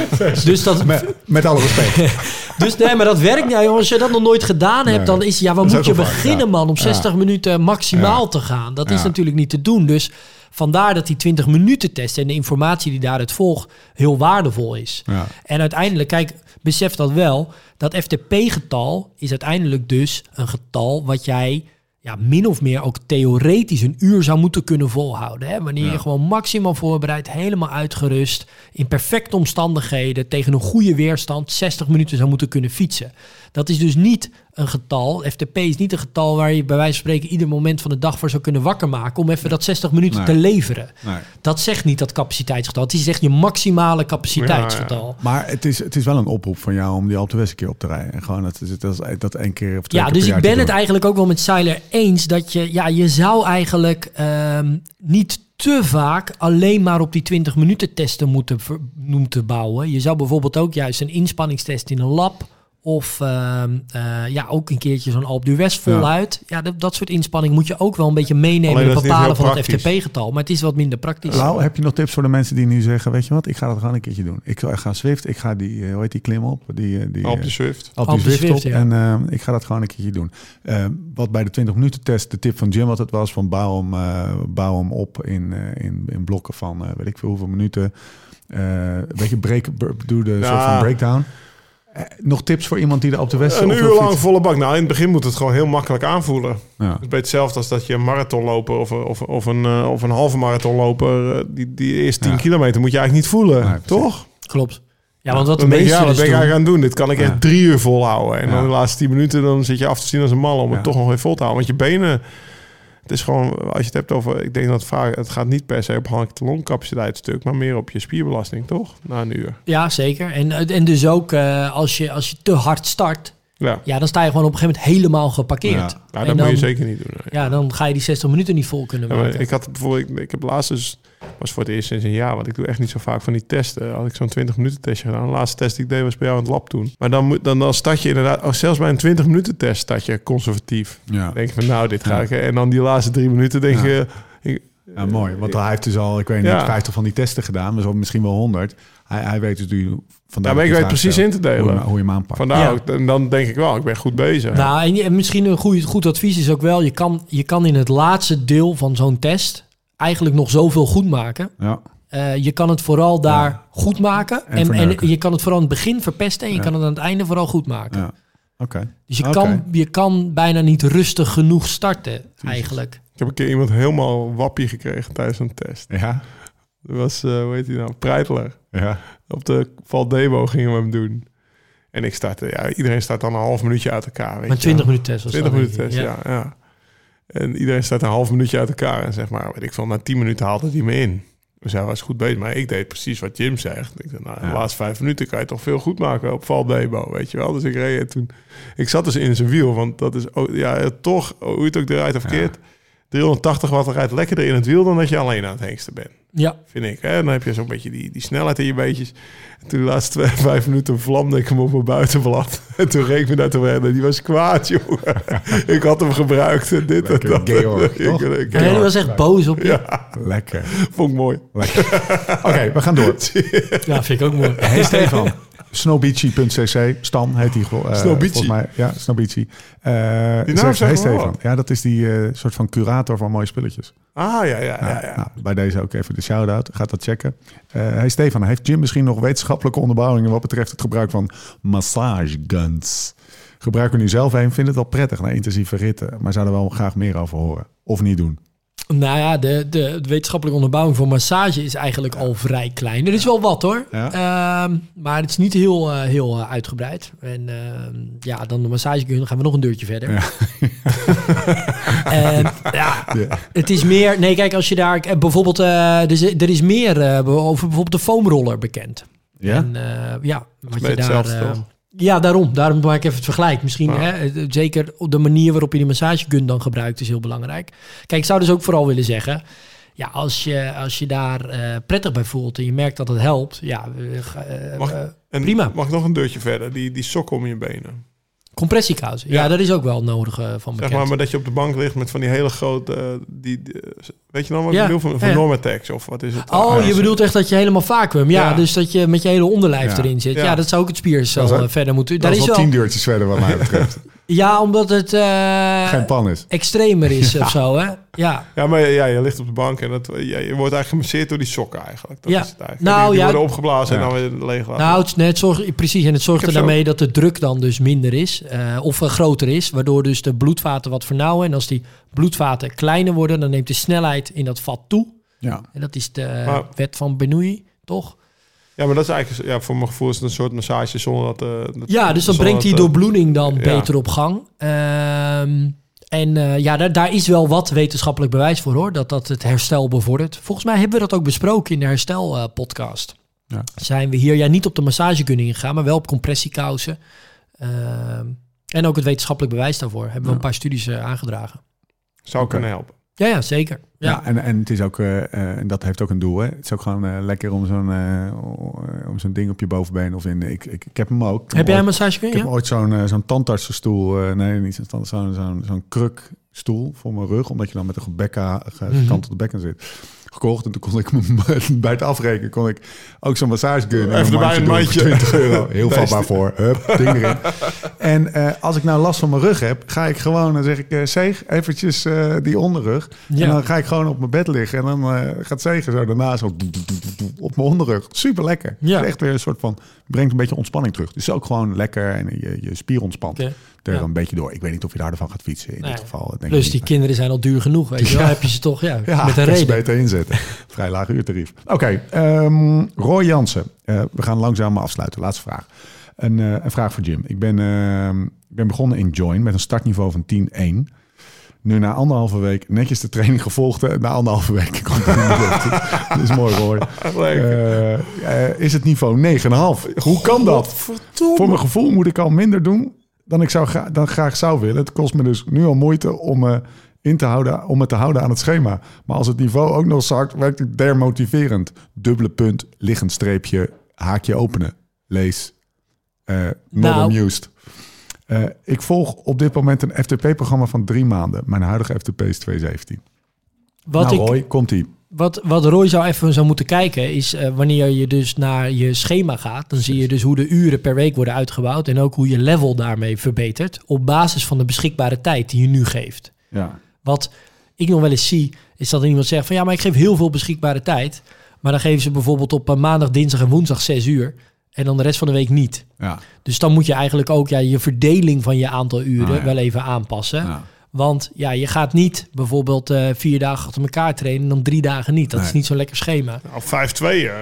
dus dat, met, met alle respect. dus nee, maar dat werkt niet. Ja, als je dat nog nooit gedaan hebt, nee. dan is ja, waar moet je beginnen, ja. man, om zestig ja. minuten maximaal ja. te gaan? Dat ja. is natuurlijk niet te doen. Dus vandaar dat die twintig minuten test en de informatie die daaruit volgt heel waardevol is. Ja. En uiteindelijk, kijk, besef dat wel, dat F T P-getal is uiteindelijk dus een getal wat jij ja, min of meer ook theoretisch een uur zou moeten kunnen volhouden. Hè? Wanneer ja. je gewoon maximaal voorbereid, helemaal uitgerust, in perfecte omstandigheden, tegen een goede weerstand, zestig minuten zou moeten kunnen fietsen. Dat is dus niet een getal, F T P is niet een getal waar je bij wijze van spreken ieder moment van de dag voor zou kunnen wakker maken om even dat zestig minuten nee. te leveren. Nee. Dat zegt niet dat capaciteitsgetal. Het is echt je maximale capaciteitsgetal. Ja, ja. Maar het is, het is wel een oproep van jou om die Alpe d'Huez een keer op te rijden. En gewoon dat, dat, dat één keer of twee ja, keer dus per ik ben het eigenlijk ook wel met Seiler eens dat je, ja, je zou eigenlijk um, niet te vaak alleen maar op die twintig minuten testen moeten, moeten bouwen. Je zou bijvoorbeeld ook juist een inspanningstest in een lab of uh, uh, ja, ook een keertje zo'n Alpe d'Huez voluit. Ja, ja dat, dat soort inspanning moet je ook wel een beetje meenemen in het bepalen van het F T P-getal. Maar het is wat minder praktisch. Lau, heb je nog tips voor de mensen die nu zeggen, weet je wat, ik ga dat gewoon een keertje doen. Ik ga Zwift, ik ga die, uh, hoe heet die klim op? Die, die, Alpe Zwift. Alpe Zwift, Zwift op. Ja. En uh, ik ga dat gewoon een keertje doen. Uh, wat bij de twintig minuten test, de tip van Jim wat het was, van bouw hem, uh, bouw hem op in, uh, in, in blokken van, uh, weet ik veel hoeveel minuten. Uh, weet je, break, doe de ja. soort van breakdown. Nog tips voor iemand die er op de West... Een uur lang volle bak. Nou, in het begin moet het gewoon heel makkelijk aanvoelen. Ja. Het is bij hetzelfde als dat je een marathonloper of, of, of, een, uh, of een halve marathonloper... die, die eerste tien ja. kilometer moet je eigenlijk niet voelen, nee, toch? Klopt. Ja, want wat dan de meeste ja, wat dus ben ik doen... eigenlijk aan het doen? Dit kan ik echt ja. drie uur volhouden. En ja. dan de laatste tien minuten dan zit je af te zien als een mal... om ja. het toch nog weer vol te houden. Want je benen... Het is gewoon, als je het hebt over... Ik denk dat het, vaak, het gaat niet per se op de longcapaciteitsstuk... maar meer op je spierbelasting, toch? Na een uur. Ja, zeker. En, en dus ook uh, als, je, als je te hard start... Ja. ja, dan sta je gewoon op een gegeven moment helemaal geparkeerd. Ja, nou, dat dan, moet je zeker niet doen. Nee. Ja, dan ga je die zestig minuten niet vol kunnen maken. Ja, ik had bijvoorbeeld... Ik, ik heb laatst dus... was voor het eerst sinds een jaar... want ik doe echt niet zo vaak van die testen. Had ik zo'n twintig minuten testje gedaan. De laatste test die ik deed was bij jou in het lab toen. Maar dan, moet, dan, dan start je inderdaad... Oh, zelfs bij een twintig minuten test start je conservatief. Ja. Dan denk je van nou, dit ga ja. ik... En dan die laatste drie minuten denk ja. je... Ik, ja, mooi. Want hij heeft dus al, ik weet niet, ja. vijftig van die testen gedaan. Dus misschien wel honderd. Hij, hij weet dus nu... Ja, maar ik weet precies stelt, in te delen. Hoe je, hoe je hem aanpakt. Vandaar ja. ook, en dan denk ik wel, ik ben goed bezig. Nou, en, en misschien een goed, goed advies is ook wel... Je kan, je kan in het laatste deel van zo'n test... eigenlijk nog zoveel goed maken. Ja. Uh, je kan het vooral daar ja. goed maken. En, en, en je kan het vooral aan het begin verpesten... en je ja. kan het aan het einde vooral goed maken. Ja. Okay. Dus je, okay. kan, je kan bijna niet rustig genoeg starten, eigenlijk. Ik heb een keer iemand helemaal wappie gekregen tijdens een test. Ja. Dat was, uh, hoe heet hij nou, Preitler. Ja. Op de Val Debo gingen we hem doen. En ik startte, ja, iedereen start dan een half minuutje uit elkaar. Weet maar twintig minuten test was twintig minuten test, ja. ja, ja. En iedereen staat een half minuutje uit elkaar. En zeg maar, weet ik veel, na tien minuten haalde hij me in. Dus hij was goed bezig. Maar ik deed precies wat Jim zegt. Ik dacht, nou, de ja. laatste vijf minuten kan je toch veel goed maken op Val Debo, weet je wel. Dus ik reed en toen... Ik zat dus in zijn wiel, want dat is ook, ja, toch, hoe je het ook draait of verkeerd... Ja. driehonderdtachtig watt rijdt lekkerder in het wiel dan dat je alleen aan het hengsten bent. Ja. Vind ik. Hè? Dan heb je zo'n beetje die, die snelheid in je beetjes. En toen de laatste twee, vijf minuten vlamde ik hem op mijn buitenblad. En toen reek me daar te rennen. Die was kwaad, jongen. Ik had hem gebruikt. En dit lekker, en dat. Georg, ik, ik, ja, die was echt boos op je. Ja. Lekker. Vond ik mooi. Oké, okay, we gaan door. Ja, vind ik ook mooi. Hey Stefan. Snowbeachy punt c c. Stan heet die uh, volgens mij. Ja, Snowbeachy. Uh, die naam hey Stefan. Ja, dat is die uh, soort van curator van mooie spulletjes. Ah, ja, ja, ja. Nou, ja. Nou, bij deze ook even de shout-out. Gaat dat checken. Uh, hey Stefan, heeft Jim misschien nog wetenschappelijke onderbouwingen... wat betreft het gebruik van massage guns? Gebruik er nu zelf een. Vind het wel prettig na intensieve ritten. Maar zou er wel graag meer over horen. Of niet doen. Nou ja, de, de, de wetenschappelijke onderbouwing voor massage is eigenlijk ja. al vrij klein. Er is wel wat hoor, ja. uh, maar het is niet heel, uh, heel uh, uitgebreid. En uh, ja, dan de massagegun gaan we nog een deurtje verder. Ja. uh, ja, ja, het is meer... Nee, kijk, als je daar... Bijvoorbeeld, uh, er, is, er is meer uh, over bijvoorbeeld de foamroller bekend. Ja? En, uh, ja, wat je daar... Uh, ja, daarom. Daarom maak ik even het vergelijk. Misschien, ja. hè, zeker de manier waarop je die massagegun dan gebruikt is heel belangrijk. Kijk, ik zou dus ook vooral willen zeggen... ja, als je, als je daar uh, prettig bij voelt en je merkt dat het helpt, ja, uh, mag, uh, en prima. Mag ik nog een deurtje verder? Die, die sokken om je benen. Compressiekousen. Ja, ja, dat is ook wel nodig uh, van bekend. Zeg maar, maar dat je op de bank ligt met van die hele grote... Uh, die, die, weet je nou wat ja. ik bedoel? Van, van ja. Normatex of wat is het? Oh, ah, je bedoelt echt dat je helemaal vacuüm. Ja, ja. dus dat je met je hele onderlijf ja. erin zit. Ja. Ja. ja, dat zou ook het spiercel uh, verder moeten. Dat Daar is is wel wel tien deurtjes verder wat mij betreft. Ja, omdat het uh, geen pan is. Extremer is ja. of zo, hè? Ja. Ja, maar ja, je ligt op de bank en dat, ja, je wordt eigenlijk gemasseerd door die sokken eigenlijk. Dat ja. is het eigenlijk. Nou, die, die ja. worden opgeblazen ja. en dan weer leeg laten. Nou, het, nee, het zorgt, precies. En het zorgt er daarmee zo. dat de druk dan dus minder is. Uh, of uh, groter is. Waardoor dus de bloedvaten wat vernauwen. En als die bloedvaten kleiner worden, dan neemt de snelheid in dat vat toe. Ja. En dat is de maar, wet van Bernoulli, toch? Ja, maar dat is eigenlijk, ja, voor mijn gevoel is het een soort massage zonder dat... Uh, dat ja, dus dan brengt die doorbloeding dan ja. beter op gang. Um, en uh, ja, daar, daar is wel wat wetenschappelijk bewijs voor, hoor. Dat dat het herstel bevordert. Volgens mij hebben we dat ook besproken in de herstel-podcast. Uh, ja. Zijn we hier ja niet op de massage kunnen ingaan, maar wel op compressiekousen. Uh, en ook het wetenschappelijk bewijs daarvoor. Hebben we ja. een paar studies uh, aangedragen. Zou okay. kunnen helpen. Ja, ja, zeker. Ja, ja en, en het is ook, uh, uh, en dat heeft ook een doel, hè. Het is ook gewoon uh, lekker om zo'n, uh, om zo'n ding op je bovenbeen of in. Ik, ik, ik heb hem ook. Heb, heb jij een massage? Ik ja? heb ooit zo'n, uh, zo'n tandartsenstoel, uh, nee, niet zo'n, zo'n, zo'n, zo'n krukstoel voor mijn rug, omdat je dan met een bekken, gekant op de bekken zit. Gekocht en toen kon ik bij het afrekenen kon ik ook zo'n massage gun. Even erbij een mandje. twintig euro. Heel vatbaar voor. Hup, ding erin. En uh, als ik nou last van mijn rug heb, ga ik gewoon, dan zeg ik, uh, Zeeg, eventjes uh, die onderrug. Ja. En dan ga ik gewoon op mijn bed liggen. En dan uh, gaat Zeeg zo daarna zo op mijn onderrug. Super lekker. Ja. Echt weer een soort van, brengt een beetje ontspanning terug. Dus ook gewoon lekker en je, je spier ontspant. Okay. Er ja. een beetje door. Ik weet niet of je daarvan gaat fietsen in nee. dit geval. Denk Plus die kinderen zijn al duur genoeg, weet je wel. Ja. Heb je ze toch, ja, ja met een reden. beter inzetten. Vrij laag uurtarief. Oké, okay, um, Roy Jansen. Uh, we gaan langzaam afsluiten. Laatste vraag. Een, uh, een vraag voor Jim. Ik ben, uh, ik ben begonnen in Join met een startniveau van tien één. Nu na anderhalve week netjes de training gevolgd. Uh, na anderhalve week komt het niet. Dat is mooi, Roy. Uh, uh, is het niveau negen komma vijf. Hoe kan dat? Voor mijn gevoel moet ik al minder doen dan ik zou gra- dan graag zou willen. Het kost me dus nu al moeite om, uh, in te houden, om het te houden aan het schema. Maar als het niveau ook nog zakt, werkt het demotiverend. Dubbele punt, liggend streepje, haakje openen. Lees. Uh, not nou. amused. Uh, ik volg op dit moment een F T P-programma van drie maanden. Mijn huidige F T P is twee zeventien. Wat nou, ik, Roy, komt-ie. Wat, wat Roy zou even zou moeten kijken is uh, wanneer je dus naar je schema gaat, dan zie je dus hoe de uren per week worden uitgebouwd en ook hoe je level daarmee verbetert op basis van de beschikbare tijd die je nu geeft. Ja. Wat ik nog wel eens zie, is dat er iemand zegt van ja, maar ik geef heel veel beschikbare tijd, maar dan geven ze bijvoorbeeld op maandag, dinsdag en woensdag zes uur en dan de rest van de week niet. Ja. Dus dan moet je eigenlijk ook ja, je verdeling van je aantal uren ah, ja. wel even aanpassen. Ja. Want ja, je gaat niet bijvoorbeeld uh, vier dagen achter elkaar trainen en dan drie dagen niet. Dat nee. is niet zo'n lekker schema. Nou, vijf twee. Uh...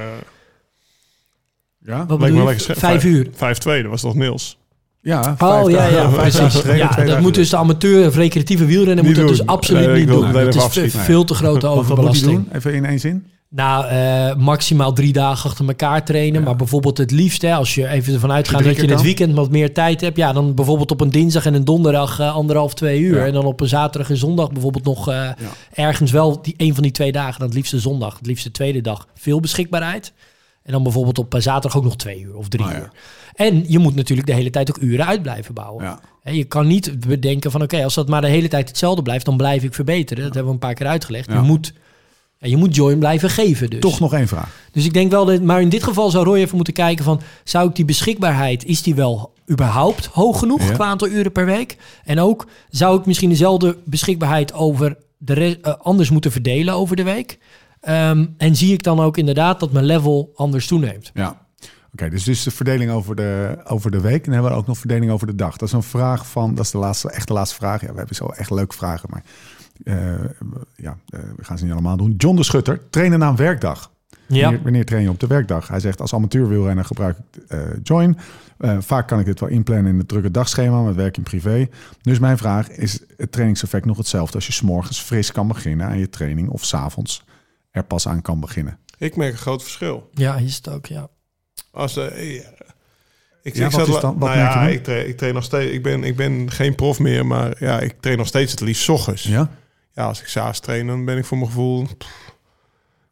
Ja, wat bedoel je? Lekker vijf uur. vijf twee, dat was toch Niels? Ja, oh ja, ja, precies. Ja, dat moet dus de amateur of recreatieve wielrenner moet dat dus absoluut nee, niet doen. Dat is nee. veel te grote nee. overbelasting. Even in één zin. Nou, uh, maximaal drie dagen achter elkaar trainen. Ja. Maar bijvoorbeeld het liefst, hè, als je even ervan uitgaat dat je in het weekend wat meer tijd hebt. Ja, dan bijvoorbeeld op een dinsdag en een donderdag uh, anderhalf, twee uur. Ja. En dan op een zaterdag en zondag bijvoorbeeld nog uh, ja. ergens wel die, een van die twee dagen. Dan het liefste zondag, het liefste tweede dag. Veel beschikbaarheid. En dan bijvoorbeeld op uh, zaterdag ook nog twee uur of drie oh, ja. uur. En je moet natuurlijk de hele tijd ook uren uit blijven bouwen. Ja. He, je kan niet bedenken van oké, okay, als dat maar de hele tijd hetzelfde blijft, dan blijf ik verbeteren. Dat ja. hebben we een paar keer uitgelegd. Ja. Je moet... Ja, je moet Join blijven geven dus. Toch nog één vraag. Dus ik denk wel, dat, maar in dit geval zou Roy even moeten kijken van, zou ik die beschikbaarheid, is die wel überhaupt hoog genoeg ja. qua aantal uren per week? En ook, zou ik misschien dezelfde beschikbaarheid over de re- uh, anders moeten verdelen over de week? Um, en zie ik dan ook inderdaad dat mijn level anders toeneemt? Ja. Oké, okay, dus, dus de verdeling over de, over de week. En dan hebben we ook nog verdeling over de dag. Dat is een vraag van, dat is de laatste, echt de laatste vraag. Ja, we hebben zo echt leuke vragen, maar... Uh, ja, uh, we gaan ze niet allemaal doen. John de Schutter, trainen na een werkdag. Ja. Wanneer, wanneer train je op de werkdag? Hij zegt, als amateurwielrenner gebruik ik uh, Join. Uh, vaak kan ik dit wel inplannen in het drukke dagschema met werk in privé. Dus mijn vraag, is het trainingseffect nog hetzelfde als je 's morgens fris kan beginnen aan je training of 's avonds er pas aan kan beginnen? Ik merk een groot verschil. Ja, is het ook, ja. Als uh, uh, Ik, ja, ik, wat zat, is dan, wat nou ja, ik, train, ik train nog steeds. Ik ben, ik ben geen prof meer, maar ja, ik train nog steeds het liefst 's ochtends. Ja? Ja, als ik 's avonds train, dan ben ik voor mijn gevoel pff,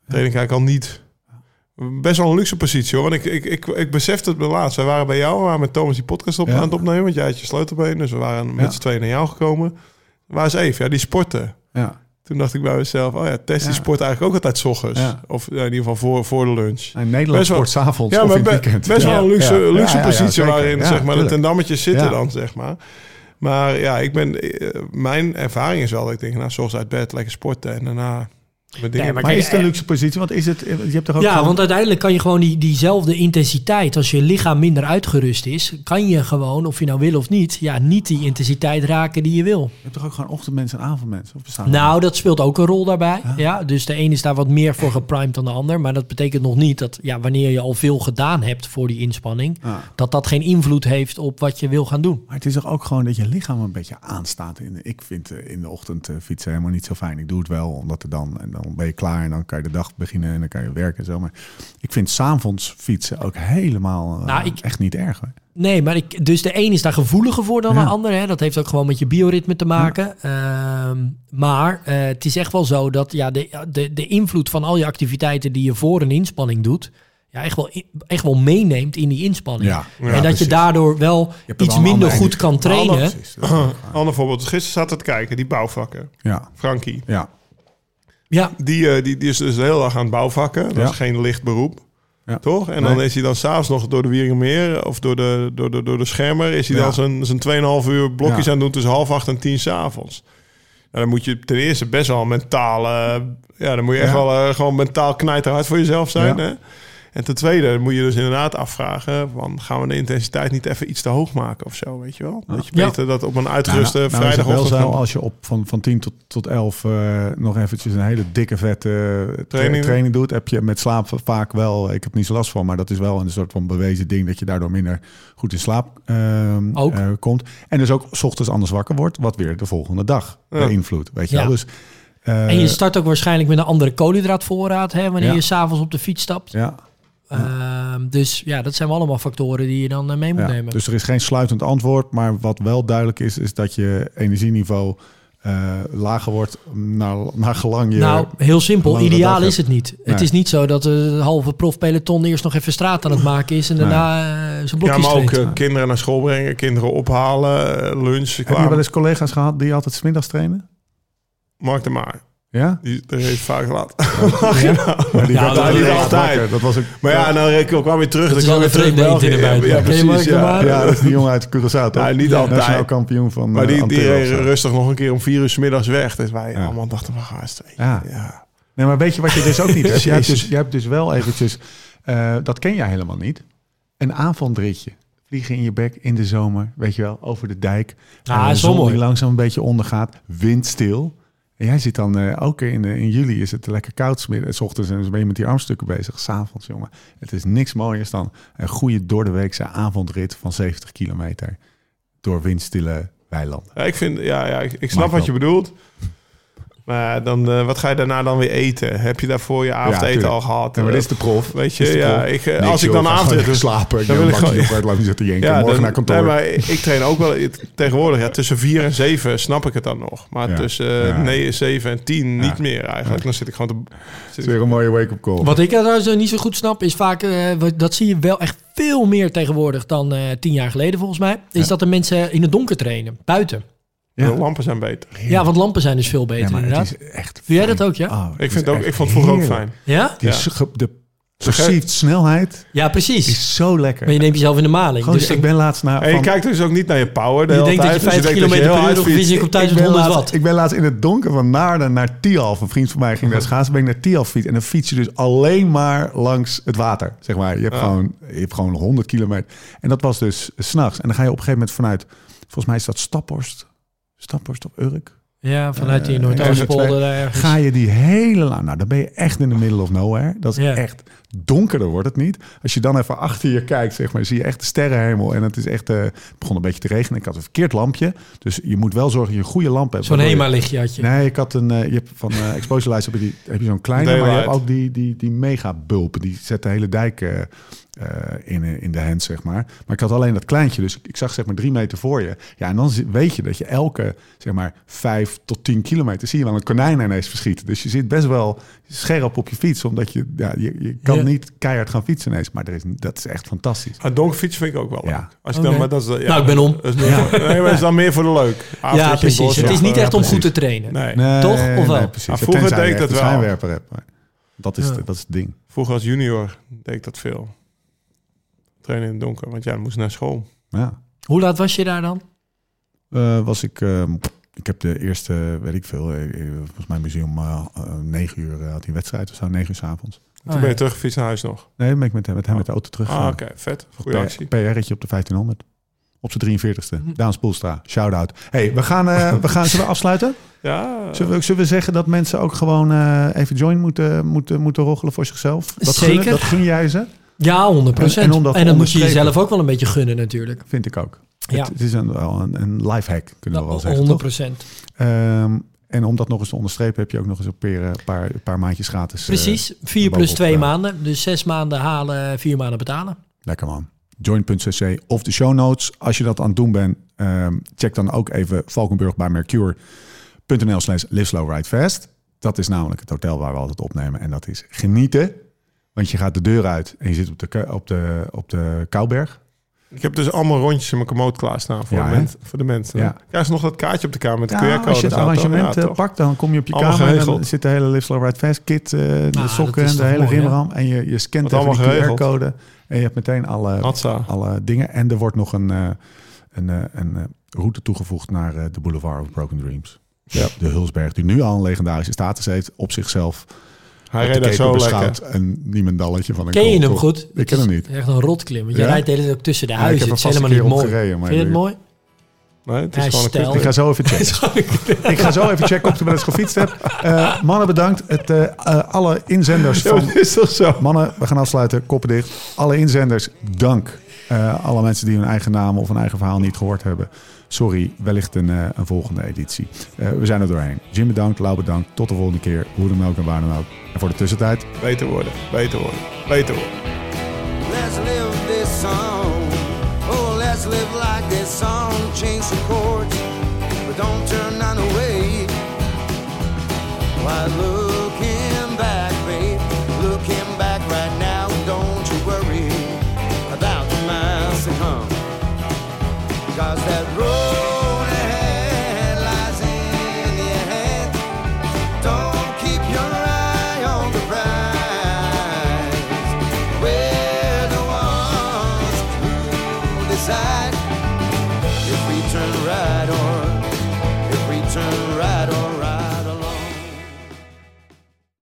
train ik eigenlijk al niet. Best wel een luxe positie, hoor. Want ik, ik, ik, ik besefte het me laatst. Wij waren bij jou, we waren met Thomas die podcast op ja. aan het opnemen. Want jij had je sleutelbeen, dus we waren met ja. z'n tweeën naar jou gekomen. Waar is Eve? Ja, die sporten. Ja. Toen dacht ik bij mezelf, oh ja, Tess die ja. sport eigenlijk ook altijd 's ochtends. Ja. Of in ieder geval voor, voor de lunch. En Nederland sport 's avonds ja, of maar in het weekend. Best wel een luxe, ja. luxe ja, ja, positie ja, waarin ja, zeg maar, de tendammetjes zitten ja. dan, zeg maar. Maar ja, ik ben, mijn ervaring is wel dat ik denk, nou, zoals uit bed, lekker sporten en daarna... Nee, maar, maar is het een luxe positie? Want is het, je hebt toch ook ja, gewoon... want uiteindelijk kan je gewoon die, diezelfde intensiteit... als je lichaam minder uitgerust is... kan je gewoon, of je nou wil of niet... ja, niet die intensiteit raken die je wil. Je hebt toch ook gewoon ochtendmensen en avondmensen? Of bestaan nou, dat speelt ook een rol daarbij. Ja. Ja, dus de een is daar wat meer voor geprimed dan de ander. Maar dat betekent nog niet dat ja, wanneer je al veel gedaan hebt... voor die inspanning... Ja. dat dat geen invloed heeft op wat je wil gaan doen. Maar het is toch ook gewoon dat je lichaam een beetje aanstaat. In de, ik vind in de ochtend uh, fietsen helemaal niet zo fijn. Ik doe het wel, omdat er dan... En dan dan ben je klaar en dan kan je de dag beginnen en dan kan je werken en zo. Maar ik vind 's avonds fietsen ook helemaal uh, nou, ik, echt niet erg. Hoor. Nee, maar ik, dus de een is daar gevoeliger voor dan ja. de ander. Hè? Dat heeft ook gewoon met je bioritme te maken. Ja. Uh, maar uh, het is echt wel zo dat ja, de, de, de invloed van al je activiteiten die je voor een inspanning doet... ja, echt wel, echt wel meeneemt in die inspanning. Ja, ja, en dat precies. je daardoor wel iets minder goed kan trainen. Ander, ander voorbeeld. Gisteren zat het kijken, die bouwvakken. Ja. Frankie. Ja. Ja. Die, die, die is dus de hele dag aan het bouwvakken. Dat ja. is geen licht beroep. Ja. Toch? En nee. dan is hij dan s'avonds nog door de Wieringermeer... of door de, door de, door de Schermer... is hij ja. dan zijn, zijn twee komma vijf uur blokjes ja. aan doen... tussen half acht en tien 's avonds. Nou, dan moet je ten eerste best wel mentaal... Uh, ja, dan moet je echt ja. wel uh, gewoon mentaal knijterhard voor jezelf zijn. Ja. Hè? En ten tweede moet je dus inderdaad afvragen... van gaan we de intensiteit niet even iets te hoog maken of zo, weet je wel? Dat je ja. beter dat op een uitgeruste nou, nou, vrijdagochtend... Nou, wel zo, als je op van, van tien tot, tot elf uh, nog eventjes een hele dikke vette uh, training. training doet... heb je met slaap vaak wel... ik heb niet zo last van, maar dat is wel een soort van bewezen ding... dat je daardoor minder goed in slaap uh, uh, komt. En dus ook 's ochtends anders wakker wordt... wat weer de volgende dag ja. beïnvloedt, weet je ja. wel? Dus, uh, en je start ook waarschijnlijk met een andere koolhydraatvoorraad... Hè, wanneer ja. je 's avonds op de fiets stapt. Ja. Ja. Uh, dus ja, dat zijn allemaal factoren die je dan uh, mee moet ja, nemen. Dus er is geen sluitend antwoord, maar wat wel duidelijk is, is dat je energieniveau uh, lager wordt naar, naar gelang je... Nou, heel simpel. Ideaal is het niet. Nee. Het is niet zo dat het halve profpeloton eerst nog even straat aan het maken is en nee. daarna uh, zijn blokjes Ja, maar ook uh, ja. kinderen naar school brengen, kinderen ophalen, uh, lunch. Heb klaar. je wel eens collega's gehad die altijd 's middags trainen? Mark de Maar. Ja? Die er heeft vaak laat. Ja, ja. Maar die ja, dat niet altijd. Dat was ook, maar ja, en dan kwam kwam weer terug. Dat dan kwam weer terug België. In de ja, precies. Ja. ja, dat is die jongen uit Curaçao, toch? Ja, niet altijd. Nationaal kampioen van Maar die, die reed rustig nog een keer om vier uur 's middags weg. Dus wij ja. allemaal dachten, waar gaan ze? Ja. ja. Nee, maar weet je wat je dus ook niet hebt? Je hebt dus, je hebt dus wel eventjes... Uh, dat ken jij helemaal niet. Een avondritje. Vliegen in je bek in de zomer, weet je wel, over de dijk. Ah, de zon die langzaam een beetje ondergaat. Windstil. En jij zit dan uh, ook in, uh, in juli is het lekker koud. 's ochtends en dan ben je met die armstukken bezig. 's Avonds, jongen. Het is niks mooiers dan een goede door de weekse avondrit van zeventig kilometer door windstille weilanden. Ja, ik vind, ja, ja, ik, ik snap wat je bedoelt. Maar dan, uh, wat ga je daarna dan weer eten? Heb je daarvoor je avondeten ja, al gehad? Ja, maar dit is de prof. Weet je, ja, ik, Niks, als ik dan avondeten doe, slapen, ik dan wil ik gewoon uit laten zitten jenken. Ja, morgen dan, naar kantoor. Nee, maar ik train ook wel tegenwoordig. Ja, tussen vier en zeven snap ik het dan nog. Maar ja, tussen ja. nee, zeven en tien ja. niet meer eigenlijk. Ja. Dan zit ik gewoon te. Het is weer een mooie wake-up call. Wat ik trouwens niet zo goed snap is vaak uh, dat zie je wel echt veel meer tegenwoordig dan uh, tien jaar geleden volgens mij. Is ja. dat de mensen in het donker trainen buiten. Ja. De lampen zijn beter. Ja, want lampen zijn dus veel beter, ja, inderdaad. Het is echt Doe jij dat ook, ja? Oh, ik, vind ook, ik vond het vroeger ook fijn. Ja? Die ja. De perceived snelheid ja, precies. is zo lekker. Maar je neemt jezelf in de maling. Gewoon, dus ik ben laatst naar... En je van, kijkt dus ook niet naar je power. De je denkt dat je vijftig dus kilometer per uur of je komt thuis met honderd watt. Ik ben laatst in het donker van Naarden naar Tialf. Een vriend van mij ging daar schaatsen. Ben ik naar Tialf fiets. En dan fiets je dus alleen maar langs het water. Zeg maar. Je hebt, ja. gewoon, je hebt gewoon honderd kilometer. En dat was dus 's nachts. En dan ga je op een gegeven moment vanuit... Volgens mij is dat Staphorst. Staphorst of Urk. Ja, vanuit die uh, Noordoostpolder daar ergens. Ga je die hele lang... Nou, dan ben je echt in the middle of nowhere. Dat is ja. echt... Donkerder wordt het niet. Als je dan even achter je kijkt, zeg maar, zie je echt de sterrenhemel. En het is echt... Uh, het begon een beetje te regenen. Ik had een verkeerd lampje. Dus je moet wel zorgen dat je een goede lamp hebt. Zo'n HEMA-lichtje had je. Nee, ik had een... Uh, je hebt van uh, Exposure Lights heb je, die, heb je zo'n kleine... Daylight. Maar je hebt ook die, die, die mega bulpen. Die zetten de hele dijk uh, uh, in, in de hand, zeg maar. Maar ik had alleen dat kleintje, dus ik, ik zag zeg maar drie meter voor je. Ja, en dan weet je dat je elke, zeg maar, vijf tot tien kilometer zie je wel een konijn ineens verschieten. Dus je zit best wel scherp op je fiets, omdat je, ja, je, je kan ja. niet keihard gaan fietsen ineens. Maar er is, dat is echt fantastisch. Ah, donkerfietsen vind ik ook wel leuk. Ja. Als je okay. dan, maar dat is, ja, nou, ik ben om. Dat is meer ja. voor, nee, maar het is dan meer voor de leuk. Avond ja, precies. bos, het ja. is niet ja, echt om precies. goed te trainen. Nee. Nee, toch? Of wel? Nee, precies. Ah, vroeger deed ik dat wel. Schijnwerper hebt, maar dat is, ja. dat is het ding. Vroeger als junior deed ik dat veel. Trainen in het donker, want ja, dan moest naar school. Ja. Hoe laat was je daar dan? Uh, was ik... Uh, ik heb de eerste, weet ik veel... Uh, volgens mij museum uh, uh, negen uur uh, had hij een wedstrijd of zo, negen uur 's avonds. Toen oh, ben je ja. teruggefietst naar huis nog? Nee, ben ik met, met hem met de auto terug. Ah, oké, okay. vet. Goeie actie. P R'tje op de vijftienhonderd. Op zijn drieënveertigste. Hm. Daan Spoelstra, shout-out. Hey, we gaan, uh, we gaan... Zullen we afsluiten? Ja. Zullen we, zullen we zeggen dat mensen ook gewoon uh, even join moeten, moeten, moeten roggelen voor zichzelf? Dat Zeker. Gunnen, dat gun jij ze? Ja, honderd procent. En, en, dat en dan moet je jezelf ook wel een beetje gunnen natuurlijk. Vind ik ook. Ja. Het, het is een, wel een, een lifehack, kunnen we wel zeggen. honderd procent. Um, en om dat nog eens te onderstrepen, heb je ook nog eens een paar, paar, paar maandjes gratis. Precies, uh, vier plus twee maanden. Dus zes maanden halen, vier maanden betalen. Lekker man. join punt c c of de show notes. Als je dat aan het doen bent, um, check dan ook even Valkenburg bij Mercure punt n l slash live slow ride fast. Dat is namelijk het hotel waar we altijd opnemen. En dat is genieten. Want je gaat de deur uit en je zit op de, op de, op de Kouberg. Ik heb dus allemaal rondjes in mijn commode klaarstaan voor, ja, de, mens, voor de mensen. Ja. Krijg je nog dat kaartje op de kamer met de ja, Q R-code? Als je het arrangement ja, pakt, dan kom je op je allemaal kamer geregeld. En dan zit de hele Live Slow Ride Fast kit, uh, nou, de sokken en de hele rimram. En je, je scant even de Q R-code en je hebt meteen alle, alle dingen. En er wordt nog een, uh, een, uh, een uh, route toegevoegd naar uh, de Boulevard of Broken Dreams. Ja. De Hulsberg, die nu al een legendarische status heeft op zichzelf. Hij reed daar zo lekker. Een niemendalletje van een Ken je hem goed? Ik ken hem niet. Echt een rotklim. Want je ja? rijdt de hele tijd ook tussen de huizen. Ja, het is helemaal niet mooi. Gereden, Vind je het mooi? Nee, het is gewoon een ik ga zo even checken. ik ga zo even checken of ik wel eens gefietst heb. Uh, mannen, bedankt. Het, uh, uh, alle inzenders van... Ja, is toch zo? Mannen, we gaan afsluiten. Koppen dicht. Alle inzenders, dank. Uh, alle mensen die hun eigen naam of een eigen verhaal niet gehoord hebben. Sorry, wellicht een, uh, een volgende editie. Uh, we zijn er doorheen. Jim bedankt, Lau bedankt. Tot de volgende keer. Hoe dan ook en waar dan ook. En voor de tussentijd... Beter worden, beter worden, beter worden. Let's live this song. Oh, let's live like this song. Change the chords, but don't turn none away. Why, looking back, babe, looking back right now. Don't you worry about the miles to come. Cause that road ahead lies in your head. Don't keep your eye on the prize. We're the ones who decide if we turn right.